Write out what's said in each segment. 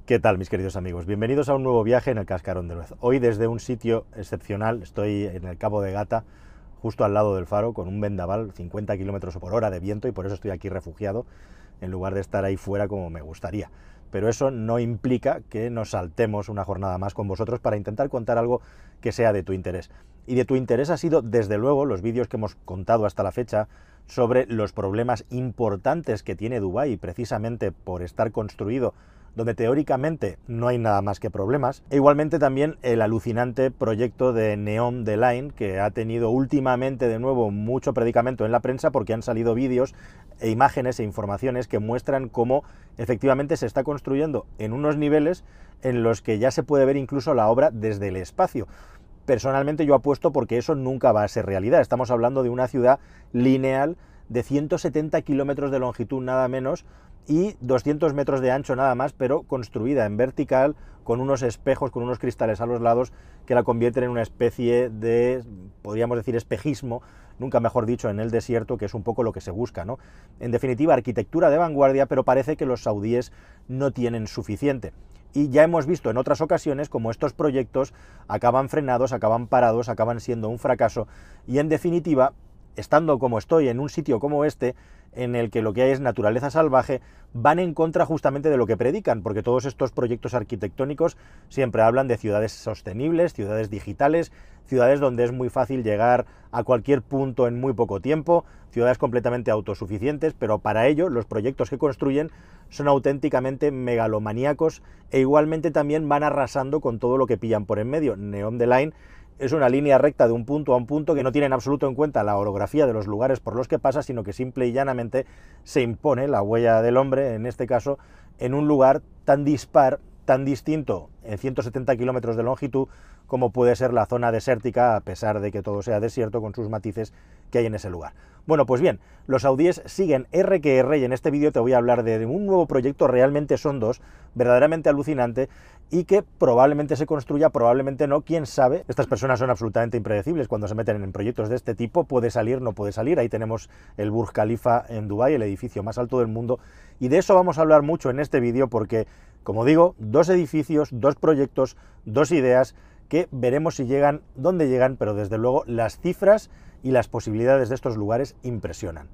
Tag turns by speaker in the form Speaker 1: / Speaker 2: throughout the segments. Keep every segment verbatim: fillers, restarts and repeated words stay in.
Speaker 1: ¿Qué tal, mis queridos amigos? Bienvenidos a un nuevo viaje en el Cascarón de Loez. Hoy desde un sitio excepcional, estoy en el Cabo de Gata, justo al lado del faro, con un vendaval, cincuenta kilómetros por hora de viento, y por eso estoy aquí refugiado, en lugar de estar ahí fuera como me gustaría. Pero eso no implica que nos saltemos una jornada más con vosotros para intentar contar algo que sea de tu interés. Y de tu interés ha sido, desde luego, los vídeos que hemos contado hasta la fecha sobre los problemas importantes que tiene Dubái, precisamente por estar construido donde teóricamente no hay nada más que problemas, e igualmente también el alucinante proyecto de Neom The Line, que ha tenido últimamente de nuevo mucho predicamento en la prensa porque han salido vídeos e imágenes e informaciones que muestran cómo efectivamente se está construyendo en unos niveles en los que ya se puede ver incluso la obra desde el espacio. Personalmente yo apuesto porque eso nunca va a ser realidad. Estamos hablando de una ciudad lineal de ciento setenta kilómetros de longitud nada menos y doscientos metros de ancho nada más, pero construida en vertical, con unos espejos, con unos cristales a los lados que la convierten en una especie de, podríamos decir, espejismo, nunca mejor dicho, en el desierto, que es un poco lo que se busca, ¿no? En definitiva, arquitectura de vanguardia, pero parece que los saudíes no tienen suficiente. Y ya hemos visto en otras ocasiones cómo estos proyectos acaban frenados, acaban parados, acaban siendo un fracaso, y en definitiva, estando como estoy en un sitio como este, en el que lo que hay es naturaleza salvaje, van en contra justamente de lo que predican, porque todos estos proyectos arquitectónicos siempre hablan de ciudades sostenibles, ciudades digitales, ciudades donde es muy fácil llegar a cualquier punto en muy poco tiempo, ciudades completamente autosuficientes, pero para ello los proyectos que construyen son auténticamente megalomaníacos e igualmente también van arrasando con todo lo que pillan por en medio. Neom The Line es una línea recta de un punto a un punto que no tiene en absoluto en cuenta la orografía de los lugares por los que pasa, sino que simple y llanamente se impone la huella del hombre, en este caso, en un lugar tan dispar, tan distinto en ciento setenta kilómetros de longitud como puede ser la zona desértica, a pesar de que todo sea desierto con sus matices que hay en ese lugar. Bueno, pues bien, los saudíes siguen R que R y en este vídeo te voy a hablar de un nuevo proyecto, realmente son dos, verdaderamente alucinante, y que probablemente se construya, probablemente no, quién sabe. Estas personas son absolutamente impredecibles cuando se meten en proyectos de este tipo, puede salir, no puede salir. Ahí tenemos el Burj Khalifa en Dubái, el edificio más alto del mundo, y de eso vamos a hablar mucho en este vídeo porque, como digo, dos edificios, dos proyectos, dos ideas que veremos si llegan, dónde llegan, pero desde luego las cifras y las posibilidades de estos lugares impresionan.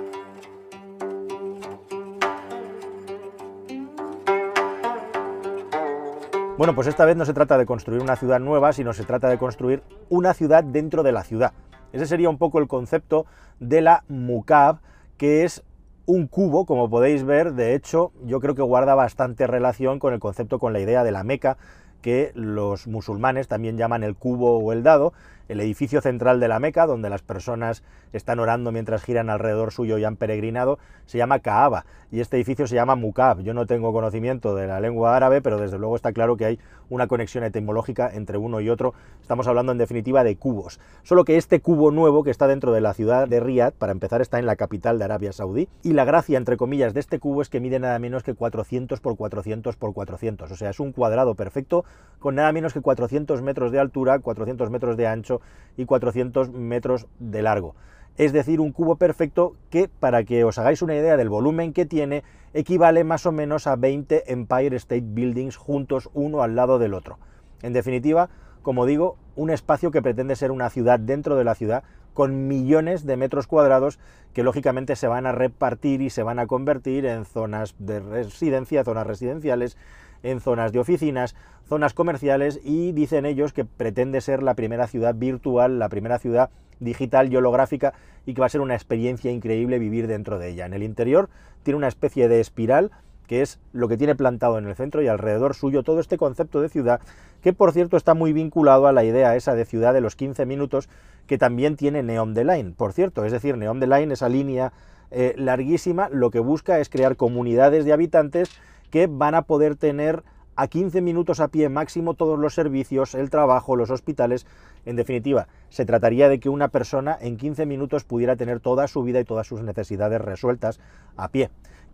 Speaker 1: Bueno, pues esta vez no se trata de construir una ciudad nueva, sino se trata de construir una ciudad dentro de la ciudad. Ese sería un poco el concepto de la Mukaab, que es un cubo, como podéis ver. De hecho, yo creo que guarda bastante relación con el concepto, con la idea de la Meca, que los musulmanes también llaman el cubo o el dado, el edificio central de la Meca, donde las personas están orando mientras giran alrededor suyo y han peregrinado, se llama Kaaba, y este edificio se llama Mukaab. Yo no tengo conocimiento de la lengua árabe, pero desde luego está claro que hay una conexión etimológica entre uno y otro. Estamos hablando en definitiva de cubos, solo que este cubo nuevo que está dentro de la ciudad de Riad, para empezar, está en la capital de Arabia Saudí, y la gracia, entre comillas, de este cubo es que mide nada menos que cuatrocientos por cuatrocientos por cuatrocientos, o sea, es un cuadrado perfecto con nada menos que cuatrocientos metros de altura, cuatrocientos metros de ancho y cuatrocientos metros de largo. Es decir, un cubo perfecto que, para que os hagáis una idea del volumen que tiene, equivale más o menos a veinte Empire State Buildings juntos uno al lado del otro. En definitiva, como digo, un espacio que pretende ser una ciudad dentro de la ciudad, con millones de metros cuadrados que lógicamente se van a repartir y se van a convertir en zonas de residencia, zonas residenciales, en zonas de oficinas, zonas comerciales, y dicen ellos que pretende ser la primera ciudad virtual, la primera ciudad digital y holográfica, y que va a ser una experiencia increíble vivir dentro de ella. En el interior tiene una especie de espiral, que es lo que tiene plantado en el centro, y alrededor suyo todo este concepto de ciudad, que por cierto está muy vinculado a la idea esa de ciudad de los quince minutos, que también tiene Neom The Line, por cierto. Es decir, Neom The Line, esa línea eh, larguísima, lo que busca es crear comunidades de habitantes que van a poder tener a quince minutos a pie máximo todos los servicios, el trabajo, los hospitales. En definitiva, se trataría de que una persona en quince minutos pudiera tener toda su vida y todas sus necesidades resueltas a pie.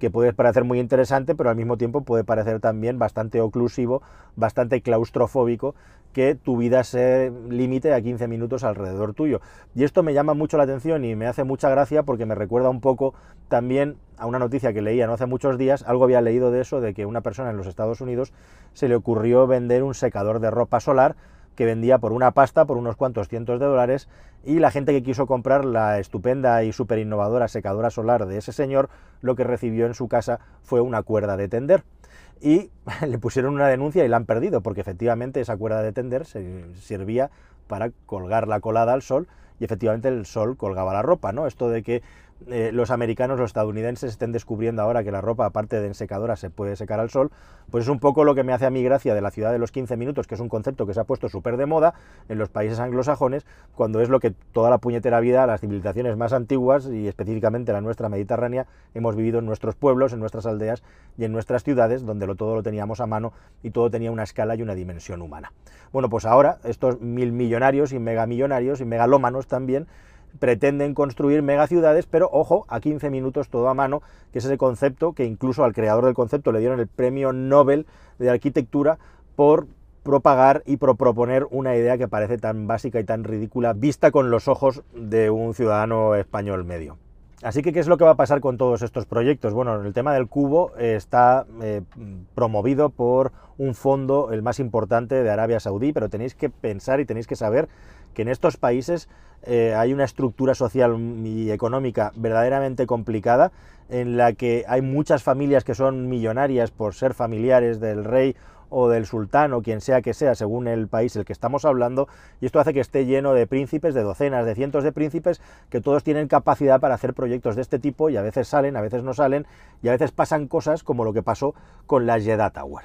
Speaker 1: que puede parecer muy interesante, pero al mismo tiempo puede parecer también bastante oclusivo, bastante claustrofóbico, que tu vida se limite a quince minutos alrededor tuyo. Y esto me llama mucho la atención y me hace mucha gracia porque me recuerda un poco también a una noticia que leía no hace muchos días. Algo había leído de eso, de que una persona en los Estados Unidos se le ocurrió vender un secador de ropa solar que vendía por una pasta, por unos cuantos cientos de dólares, y la gente que quiso comprar la estupenda y súper innovadora secadora solar de ese señor, lo que recibió en su casa fue una cuerda de tender. Y le pusieron una denuncia y la han perdido, porque efectivamente esa cuerda de tender se servía para colgar la colada al sol, y efectivamente el sol colgaba la ropa, ¿no? Esto de que eh, los americanos, los estadounidenses estén descubriendo ahora que la ropa, aparte de en secadora, se puede secar al sol, pues es un poco lo que me hace a mí gracia de la ciudad de los quince minutos, que es un concepto que se ha puesto súper de moda en los países anglosajones, cuando es lo que toda la puñetera vida, las civilizaciones más antiguas, y específicamente la nuestra mediterránea, hemos vivido en nuestros pueblos, en nuestras aldeas y en nuestras ciudades, donde lo, todo lo teníamos a mano y todo tenía una escala y una dimensión humana. Bueno, pues ahora estos mil millonarios y megamillonarios y megalómanos también pretenden construir megaciudades, pero ojo, a quince minutos todo a mano, que es ese concepto que incluso al creador del concepto le dieron el premio Nobel de Arquitectura por propagar y por proponer una idea que parece tan básica y tan ridícula vista con los ojos de un ciudadano español medio. Así que, ¿qué es lo que va a pasar con todos estos proyectos? Bueno, el tema del cubo está eh, promovido por un fondo, el más importante de Arabia Saudí, pero tenéis que pensar y tenéis que saber que en estos países eh, hay una estructura social y económica verdaderamente complicada, en la que hay muchas familias que son millonarias por ser familiares del rey o del sultán o quien sea que sea, según el país del que estamos hablando, y esto hace que esté lleno de príncipes, de docenas, de cientos de príncipes, que todos tienen capacidad para hacer proyectos de este tipo, y a veces salen, a veces no salen, y a veces pasan cosas como lo que pasó con la Jeddah Tower.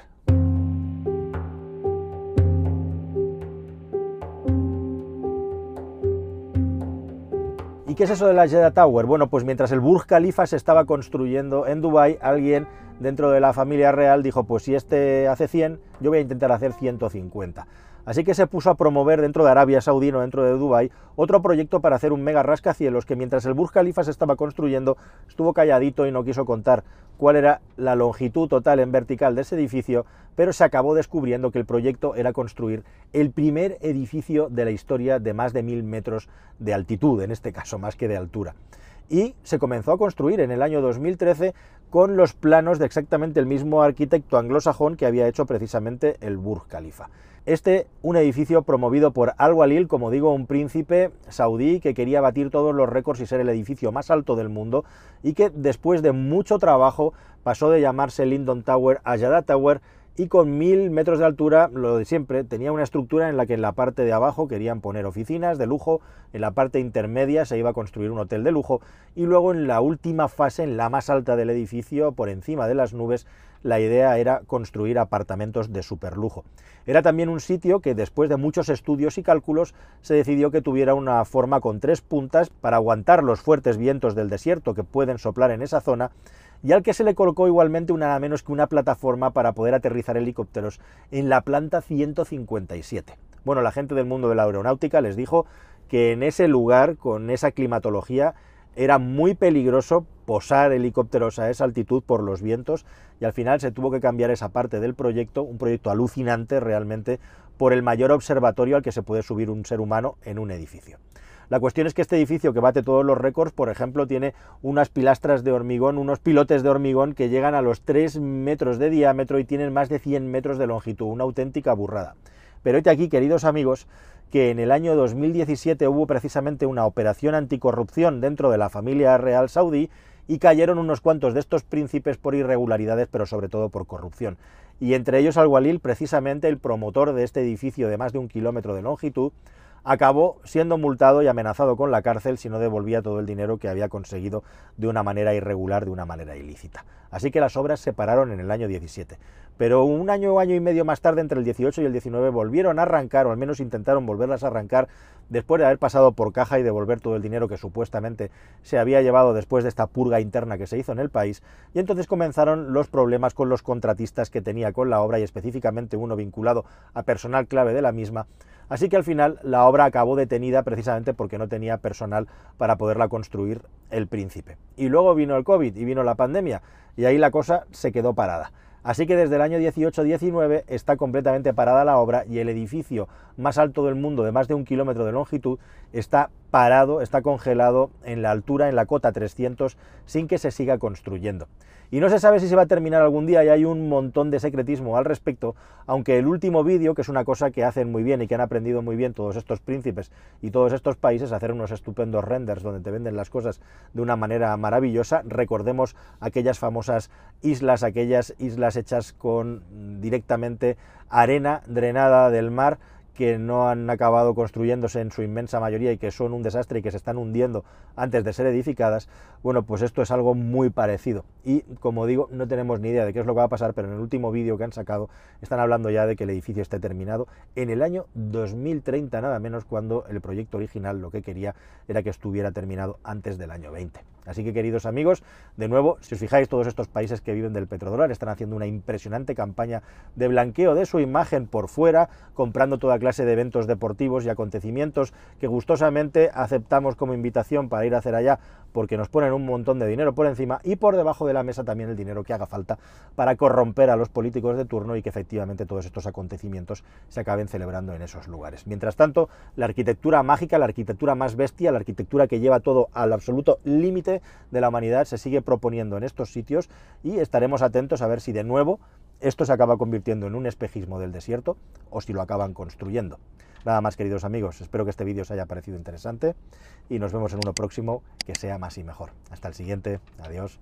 Speaker 1: ¿Y qué es eso de la Jeddah Tower? Bueno, pues mientras el Burj Khalifa se estaba construyendo en Dubái, alguien dentro de la familia real dijo, pues si este hace cien, yo voy a intentar hacer ciento cincuenta. Así que se puso a promover dentro de Arabia Saudí, no dentro de Dubái, otro proyecto para hacer un mega rascacielos que mientras el Burj Khalifa se estaba construyendo, estuvo calladito y no quiso contar cuál era la longitud total en vertical de ese edificio, pero se acabó descubriendo que el proyecto era construir el primer edificio de la historia de más de mil metros de altitud, en este caso más que de altura. Y se comenzó a construir en el año dos mil trece con los planos de exactamente el mismo arquitecto anglosajón que había hecho precisamente el Burj Khalifa. Este, un edificio promovido por Al-Walil, como digo, un príncipe saudí que quería batir todos los récords y ser el edificio más alto del mundo, y que después de mucho trabajo pasó de llamarse Lyndon Tower a Jeddah Tower, y con mil metros de altura, lo de siempre, tenía una estructura en la que en la parte de abajo querían poner oficinas de lujo, en la parte intermedia se iba a construir un hotel de lujo, y luego en la última fase, en la más alta del edificio, por encima de las nubes, la idea era construir apartamentos de superlujo. Era también un sitio que después de muchos estudios y cálculos se decidió que tuviera una forma con tres puntas para aguantar los fuertes vientos del desierto que pueden soplar en esa zona, y al que se le colocó igualmente una, nada menos que una plataforma para poder aterrizar helicópteros en la planta ciento cincuenta y siete. Bueno, la gente del mundo de la aeronáutica les dijo que en ese lugar, con esa climatología, era muy peligroso posar helicópteros a esa altitud por los vientos, y al final se tuvo que cambiar esa parte del proyecto, un proyecto alucinante realmente, por el mayor observatorio al que se puede subir un ser humano en un edificio. La cuestión es que este edificio, que bate todos los récords, por ejemplo, tiene unas pilastras de hormigón, unos pilotes de hormigón que llegan a los tres metros de diámetro y tienen más de cien metros de longitud, una auténtica burrada. Pero hoy aquí, queridos amigos, que en el año dos mil diecisiete hubo precisamente una operación anticorrupción dentro de la familia real saudí y cayeron unos cuantos de estos príncipes por irregularidades, pero sobre todo por corrupción. Y entre ellos Al-Walil, precisamente el promotor de este edificio de más de un kilómetro de longitud, acabó siendo multado y amenazado con la cárcel si no devolvía todo el dinero que había conseguido de una manera irregular, de una manera ilícita. Así que las obras se pararon en el año diecisiete. pero un año o año y medio más tarde, entre el dieciocho y el diecinueve, volvieron a arrancar, o al menos intentaron volverlas a arrancar, después de haber pasado por caja y devolver todo el dinero que supuestamente se había llevado después de esta purga interna que se hizo en el país, y entonces comenzaron los problemas con los contratistas que tenía con la obra, y específicamente uno vinculado a personal clave de la misma. Así que al final la obra acabó detenida precisamente porque no tenía personal para poderla construir el Príncipe. Y luego vino el COVID y vino la pandemia, y ahí la cosa se quedó parada. Así que desde el año dieciocho diecinueve está completamente parada la obra, y el edificio más alto del mundo, de más de un kilómetro de longitud, está parado, está congelado en la altura, en la cota trescientos, sin que se siga construyendo. Y no se sabe si se va a terminar algún día, y hay un montón de secretismo al respecto, aunque el último vídeo, que es una cosa que hacen muy bien y que han aprendido muy bien todos estos príncipes y todos estos países, hacer unos estupendos renders donde te venden las cosas de una manera maravillosa. Recordemos aquellas famosas islas, aquellas islas hechas con directamente arena drenada del mar, que no han acabado construyéndose en su inmensa mayoría y que son un desastre y que se están hundiendo antes de ser edificadas. Bueno, pues esto es algo muy parecido, y como digo, no tenemos ni idea de qué es lo que va a pasar, pero en el último vídeo que han sacado están hablando ya de que el edificio esté terminado en el año dos mil treinta, nada menos, cuando el proyecto original lo que quería era que estuviera terminado antes del año veinte. Así que, queridos amigos, de nuevo, si os fijáis, todos estos países que viven del petrodólar están haciendo una impresionante campaña de blanqueo de su imagen por fuera, comprando toda clase de eventos deportivos y acontecimientos que gustosamente aceptamos como invitación para ir a hacer allá, porque nos ponen un montón de dinero por encima, y por debajo de la mesa también el dinero que haga falta para corromper a los políticos de turno y que efectivamente todos estos acontecimientos se acaben celebrando en esos lugares. Mientras tanto, la arquitectura mágica, la arquitectura más bestia, la arquitectura que lleva todo al absoluto límite de la humanidad, se sigue proponiendo en estos sitios, y estaremos atentos a ver si de nuevo esto se acaba convirtiendo en un espejismo del desierto o si lo acaban construyendo. Nada más, queridos amigos, espero que este vídeo os haya parecido interesante y nos vemos en uno próximo que sea más y mejor. Hasta el siguiente, adiós.